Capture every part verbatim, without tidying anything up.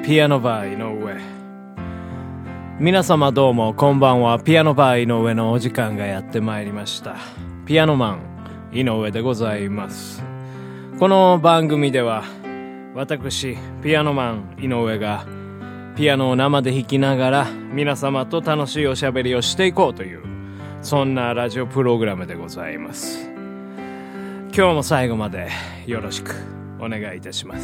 ピアノバー井上。皆様どうもこんばんは。ピアノバー井上のお時間がやってまいりました。ピアノマン井上でございます。この番組では私ピアノマン井上がピアノを生で弾きながら皆様と楽しいおしゃべりをしていこうという、そんなラジオプログラムでございます。今日も最後までよろしくお願いいたします。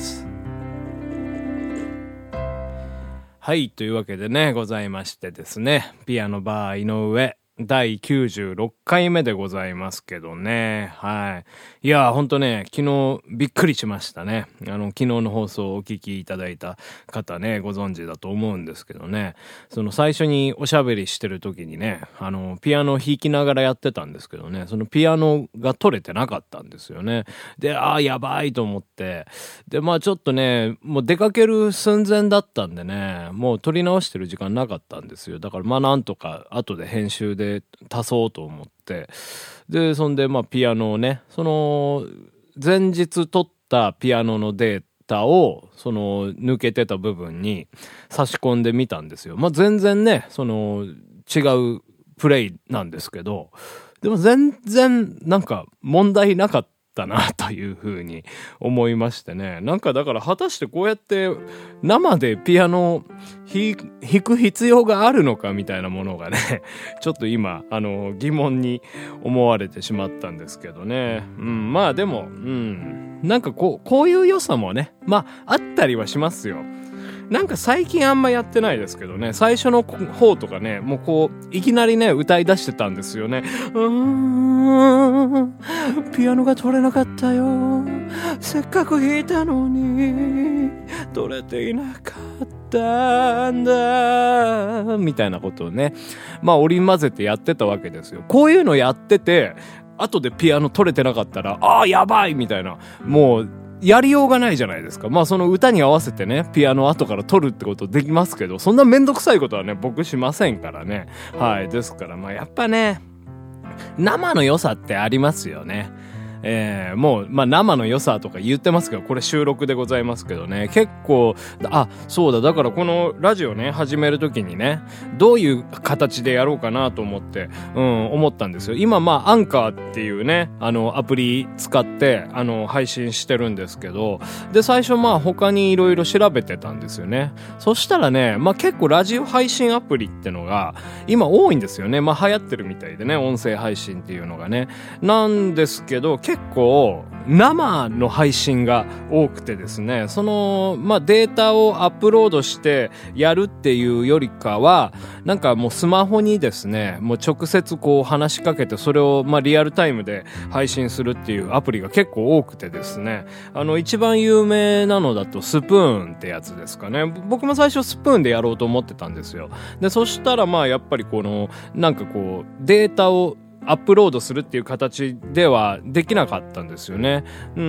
はい、というわけでねございましてですね、ピアノバー井上だいきゅうじゅうろっかいめでございますけどね。はい。いやーほんとね、昨日びっくりしましたね。あの昨日の放送をお聞きいただいた方ね、ご存知だと思うんですけどね、その最初におしゃべりしてる時にね、あのピアノを弾きながらやってたんですけどね、そのピアノが取れてなかったんですよね。で、あーやばいと思って、でまあちょっとね、もう出かける寸前だったんでね、もう撮り直してる時間なかったんですよ。だからまあなんとか後で編集で足そうと思って、でそんでまあピアノをね、その前日撮ったピアノのデータをその抜けてた部分に差し込んでみたんですよ。まあ全然ね、その違うプレイなんですけど、でも全然なんか問題なかっただなというふうに思いましてね。なんかだから果たしてこうやって生でピアノを弾く必要があるのかみたいなものがねちょっと今あの疑問に思われてしまったんですけどね。うん、まあでもうんなんかこうこういう良さもね、まああったりはしますよ。なんか最近あんまやってないですけどね、最初の方とかね、もうこういきなりね歌い出してたんですよね。うーん、ピアノが取れなかったよ、せっかく弾いたのに取れていなかったんだみたいなことをね、まあ織り交ぜてやってたわけですよ。こういうのやってて後でピアノ取れてなかったら、あーやばいみたいな、もうやりようがないじゃないですか。まあその歌に合わせてねピアノ後から撮るってことできますけど、そんなめんどくさいことはね僕しませんからね。はい。ですからまあやっぱね、生の良さってありますよね。えー、もう、まあ、生の良さとか言ってますけど、これ収録でございますけどね、結構、あ、そうだ、だからこのラジオね、始めるときにね、どういう形でやろうかなと思って、うん、思ったんですよ。今、まあ、アンカーっていうね、あの、アプリ使って、あの、配信してるんですけど、で、最初、まあ、他にいろいろ調べてたんですよね。そしたらね、まあ、結構ラジオ配信アプリってのが、今多いんですよね。まあ、流行ってるみたいでね、音声配信っていうのがね。なんですけど、結構生の配信が多くてですね、そのまあデータをアップロードしてやるっていうよりかは、なんかもうスマホにですね、もう直接こう話しかけて、それをまあリアルタイムで配信するっていうアプリが結構多くてですね、あの一番有名なのだとスプーンってやつですかね。僕も最初スプーンでやろうと思ってたんですよ。でそしたらまあやっぱりこのなんかこうデータをアップロードするっていう形ではできなかったんですよね。うん、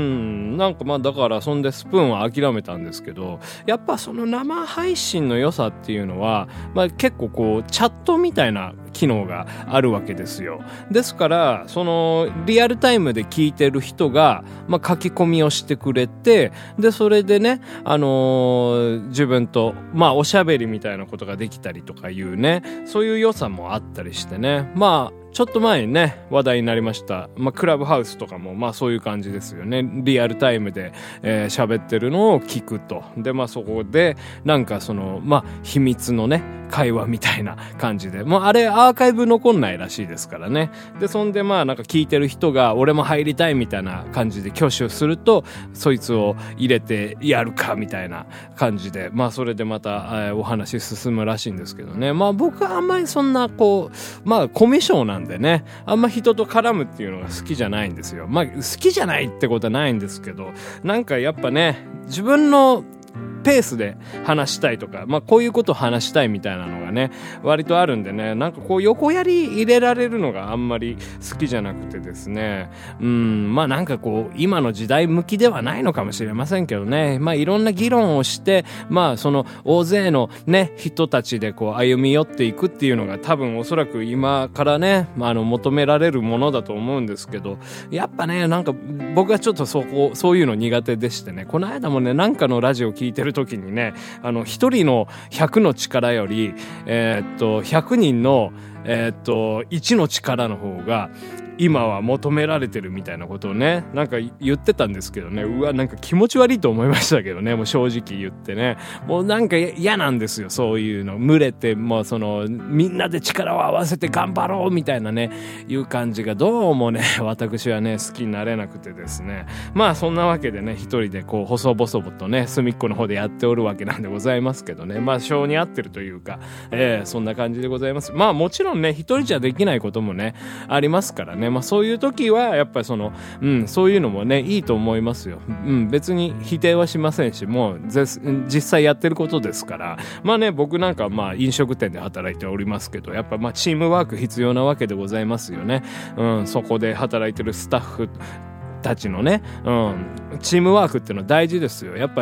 なんかまあだからそんでスプーンは諦めたんですけど、やっぱその生配信の良さっていうのは、まあ結構こうチャットみたいな機能があるわけですよ。ですからそのリアルタイムで聞いてる人がまあ書き込みをしてくれて、でそれでね、あのー、自分とまあおしゃべりみたいなことができたりとかいうね、そういう良さもあったりしてね、まあちょっと前にね話題になりました、まあ、クラブハウスとかもまあそういう感じですよね。リアルタイムで喋、えー、ってるのを聞くと、でまあそこでなんかそのまあ秘密のね会話みたいな感じで、もうあれアーカイブ残んないらしいですからね。でそんでまあなんか聞いてる人が俺も入りたいみたいな感じで挙手すると、そいつを入れてやるかみたいな感じで、まあそれでまた、えー、お話進むらしいんですけどね。まあ僕はあんまりそんなこうまあコミュ障なんでね、あんま人と絡むっていうのが好きじゃないんですよ。まあ好きじゃないってことはないんですけど、なんかやっぱね自分のペースで話したいとか、まあこういうことを話したいみたいなのがね割とあるんでね、なんかこう横やり入れられるのがあんまり好きじゃなくてですね、うん、まあなんかこう今の時代向きではないのかもしれませんけどね、まあいろんな議論をして、まあその大勢のね人たちでこう歩み寄っていくっていうのが多分おそらく今からね、まあ、あの求められるものだと思うんですけど、やっぱねなんか僕はちょっとそこそういうの苦手でしてね、この間もねなんかのラジオ聞いてるるときにね、あの、一人のひゃくの力より、えー、っと、ひゃくにんの、えー、っと、いちの力の方が、今は求められてるみたいなことをね、なんか言ってたんですけどね、うわ、なんか気持ち悪いと思いましたけどね、もう正直言ってね、もうなんか嫌なんですよ、そういうの。群れて、もうその、みんなで力を合わせて頑張ろうみたいなね、いう感じがどうもね、私はね、好きになれなくてですね。まあそんなわけでね、一人でこう、細々とね、隅っこの方でやっておるわけなんでございますけどね、まあ性に合ってるというか、えー、そんな感じでございます。まあもちろんね、一人じゃできないこともね、ありますからね、まあそういう時はやっぱりその、うん、そういうのもね、いいと思いますよ。うん、別に否定はしませんし、もう実際やってることですから。まあね、僕なんかまあ飲食店で働いておりますけど、やっぱまあチームワーク必要なわけでございますよね。うん、そこで働いてるスタッフたちのね、うん、チームワークっていうのは大事ですよ。やっぱ、うん。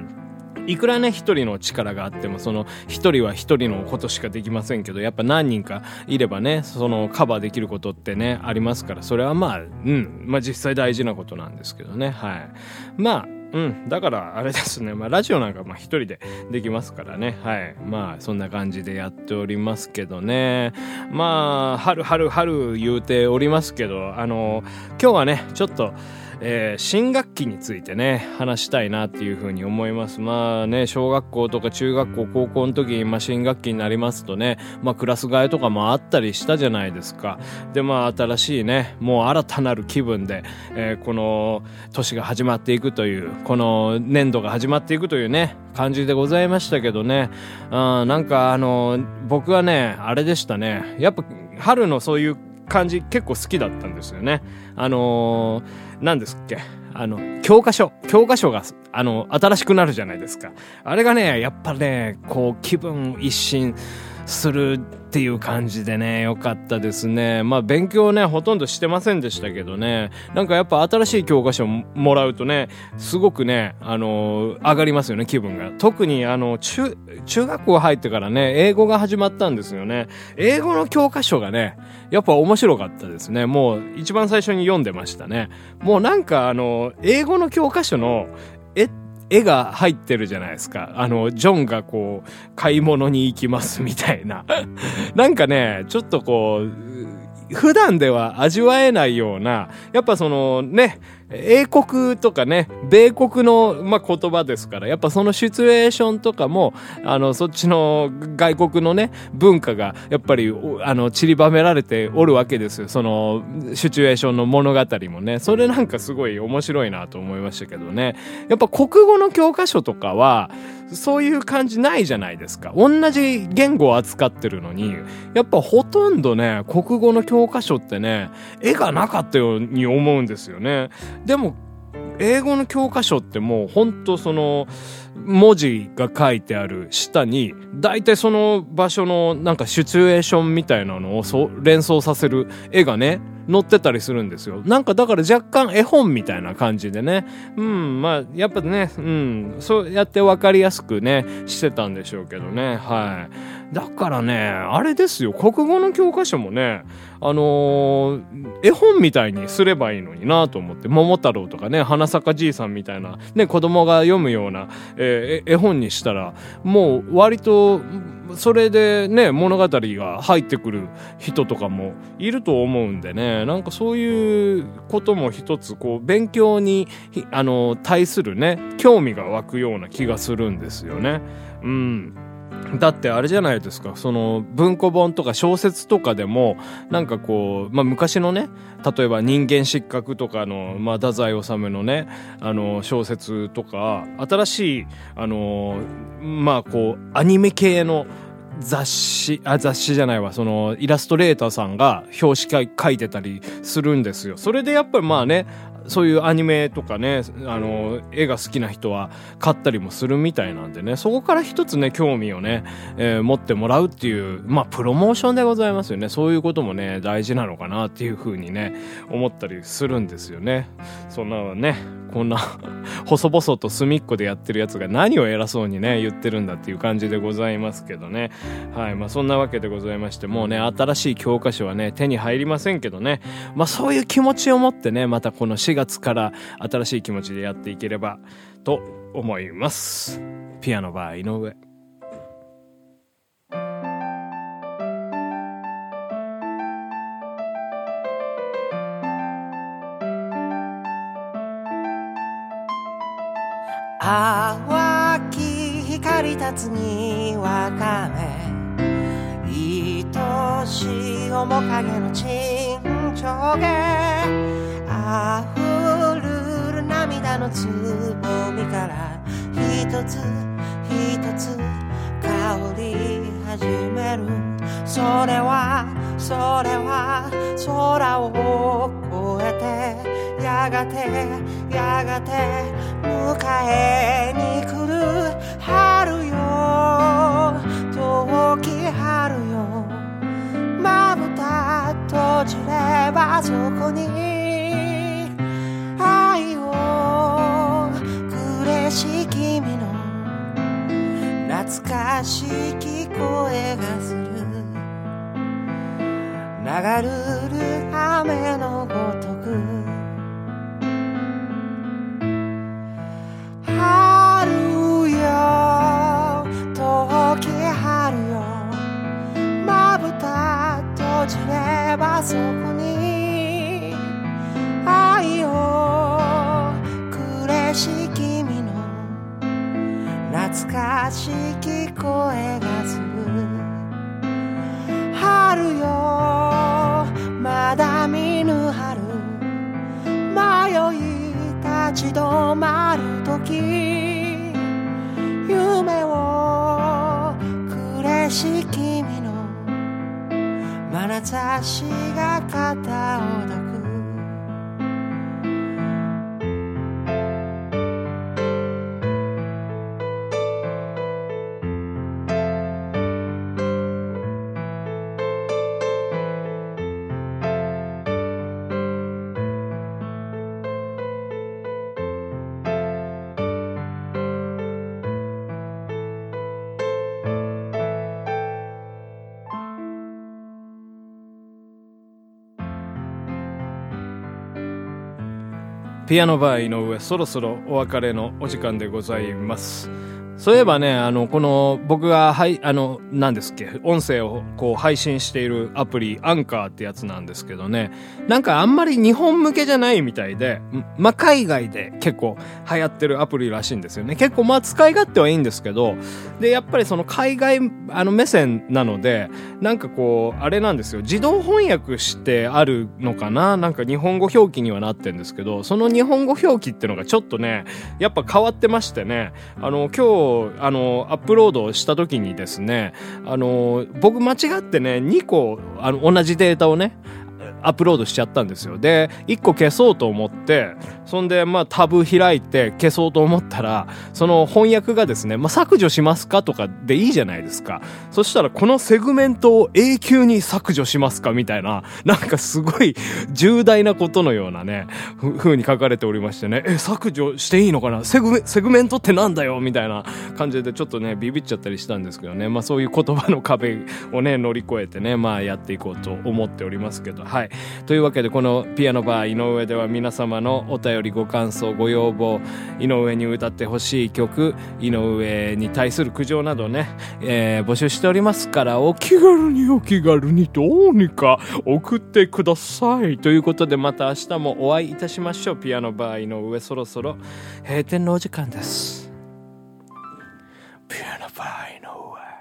いくらね一人の力があっても、その一人は一人のことしかできませんけど、やっぱ何人かいればね、そのカバーできることってねありますから、それはまあうんまあ実際大事なことなんですけどね。はい。まあうんだからあれですね、まあラジオなんかまあ一人でできますからね。はい。まあそんな感じでやっておりますけどね。まあ春春春言うておりますけど、あの今日はねちょっとえー、新学期についてね話したいなっていうふうに思います。まあね、小学校とか中学校高校の時に、まあ、新学期になりますとね、まあクラス替えとかもあったりしたじゃないですか。でまあ新しいね、もう新たなる気分で、えー、この年が始まっていくという、この年度が始まっていくというね感じでございましたけどね。あなんかあの僕はねあれでしたね、やっぱ春のそういう感じ結構好きだったんですよね。あのー、何ですっけ、あの教科書教科書があの新しくなるじゃないですか。あれがねやっぱねこう気分一新するっていう感じでね良かったですね。まあ勉強ねほとんどしてませんでしたけどね、なんかやっぱ新しい教科書もらうとねすごくねあの上がりますよね、気分が。特にあの中中学校入ってからね英語が始まったんですよね。英語の教科書がねやっぱ面白かったですね。もう一番最初に読んでましたね。もうなんかあの英語の教科書の絵絵が入ってるじゃないですか。あの、ジョンがこう、買い物に行きますみたいな。なんかね、ちょっとこう、普段では味わえないような、やっぱそのね、英国とかね、米国の、まあ、言葉ですから、やっぱそのシチュエーションとかも、あの、そっちの外国のね、文化が、やっぱり、あの、散りばめられておるわけですよ。その、シチュエーションの物語もね。それなんかすごい面白いなと思いましたけどね。やっぱ国語の教科書とかは、そういう感じないじゃないですか。同じ言語を扱ってるのに、やっぱほとんどね、国語の教科書ってね、絵がなかったように思うんですよね。でも英語の教科書ってもうほんとその文字が書いてある下に大体その場所のなんかシチュエーションみたいなのをそ連想させる絵がね載ってたりするんですよ。なんかだから若干絵本みたいな感じでね、うんまあやっぱね、うんそうやって分かりやすくねしてたんでしょうけどね。はい。だからねあれですよ、国語の教科書もねあのー、絵本みたいにすればいいのになと思って、桃太郎とかね花咲かじいさんみたいなね子供が読むような、えー、絵本にしたらもう割とそれでね物語が入ってくる人とかもいると思うんでね、なんかそういうことも一つこう勉強にあの対するね興味が湧くような気がするんですよね。うんだってあれじゃないですか、その文庫本とか小説とかでもなんかこう、まあ、昔のね例えば人間失格とかの、まあ、太宰治のねあの小説とか新しいあのまあこうアニメ系の雑誌あ雑誌じゃないわそのイラストレーターさんが表紙書いてたりするんですよ。それでやっぱりまあねそういうアニメとかねあの絵が好きな人は買ったりもするみたいなんでね、そこから一つね興味をね、えー、持ってもらうっていうまあプロモーションでございますよね。そういうこともね大事なのかなっていう風にね思ったりするんですよね。そんなねこんな細々と隅っこでやってるやつが何を偉そうにね言ってるんだっていう感じでございますけどね。はい、まあそんなわけでございまして、もうね新しい教科書はね手に入りませんけどね、まあそういう気持ちを持ってねまたこのしがつから新しい気持ちでやっていければと思います。ピアノバー井上。 淡き光立つにわかめ、愛しい面影の沈丁毛、溢るる涙のつぼみから一つ一つ香り始める。それはそれは空を越えて、やがてやがて迎えに来る春よ、遠き春よ。まぶた閉じればそこに愛をくれし君の懐かしき声がする。流るる雨のごとく、春よ遠き春よ。まぶた閉じればそこに愛をくれし君の懐かしき声がする。春よまだ見ぬ春、迷い立ち止まるとき、夢をくれし君の眼差しが肩を抱く。 ピアノバー井上、そろそろお別れのお時間でございます。そういえばね、あの、この、僕が、はい、あの、何ですっけ、音声をこう配信しているアプリ、アンカーってやつなんですけどね、なんかあんまり日本向けじゃないみたいで、まあ、海外で結構流行ってるアプリらしいんですよね。結構まあ、使い勝手はいいんですけど、で、やっぱりその海外、あの、目線なので、なんかこう、あれなんですよ、自動翻訳してあるのかな、なんか日本語表記にはなってるんですけど、その日本語表記ってのがちょっとね、やっぱ変わってましてね、あの、今日、あのアップロードした時にですね、あの僕間違ってねにこあの同じデータをねアップロードしちゃったんですよ。でいっこ消そうと思って、そんでまあタブ開いて消そうと思ったら、その翻訳がですね、まあ、削除しますかとかでいいじゃないですか。そしたらこのセグメントを永久に削除しますかみたいな、なんかすごい重大なことのようなねふ風に書かれておりましてね、え削除していいのかな、セグメセグメントってなんだよみたいな感じでちょっとねビビっちゃったりしたんですけどね、まあそういう言葉の壁をね乗り越えてね、まあやっていこうと思っておりますけど、はい。というわけで、このピアノバー井上では皆様のお便り、ご感想、ご要望、井上に歌ってほしい曲、井上に対する苦情などね、えー、募集しておりますから、お気軽にお気軽にどうにか送ってください。ということで、また明日もお会いいたしましょう。ピアノバー井上、そろそろ閉店のお時間です。ピアノバー井上。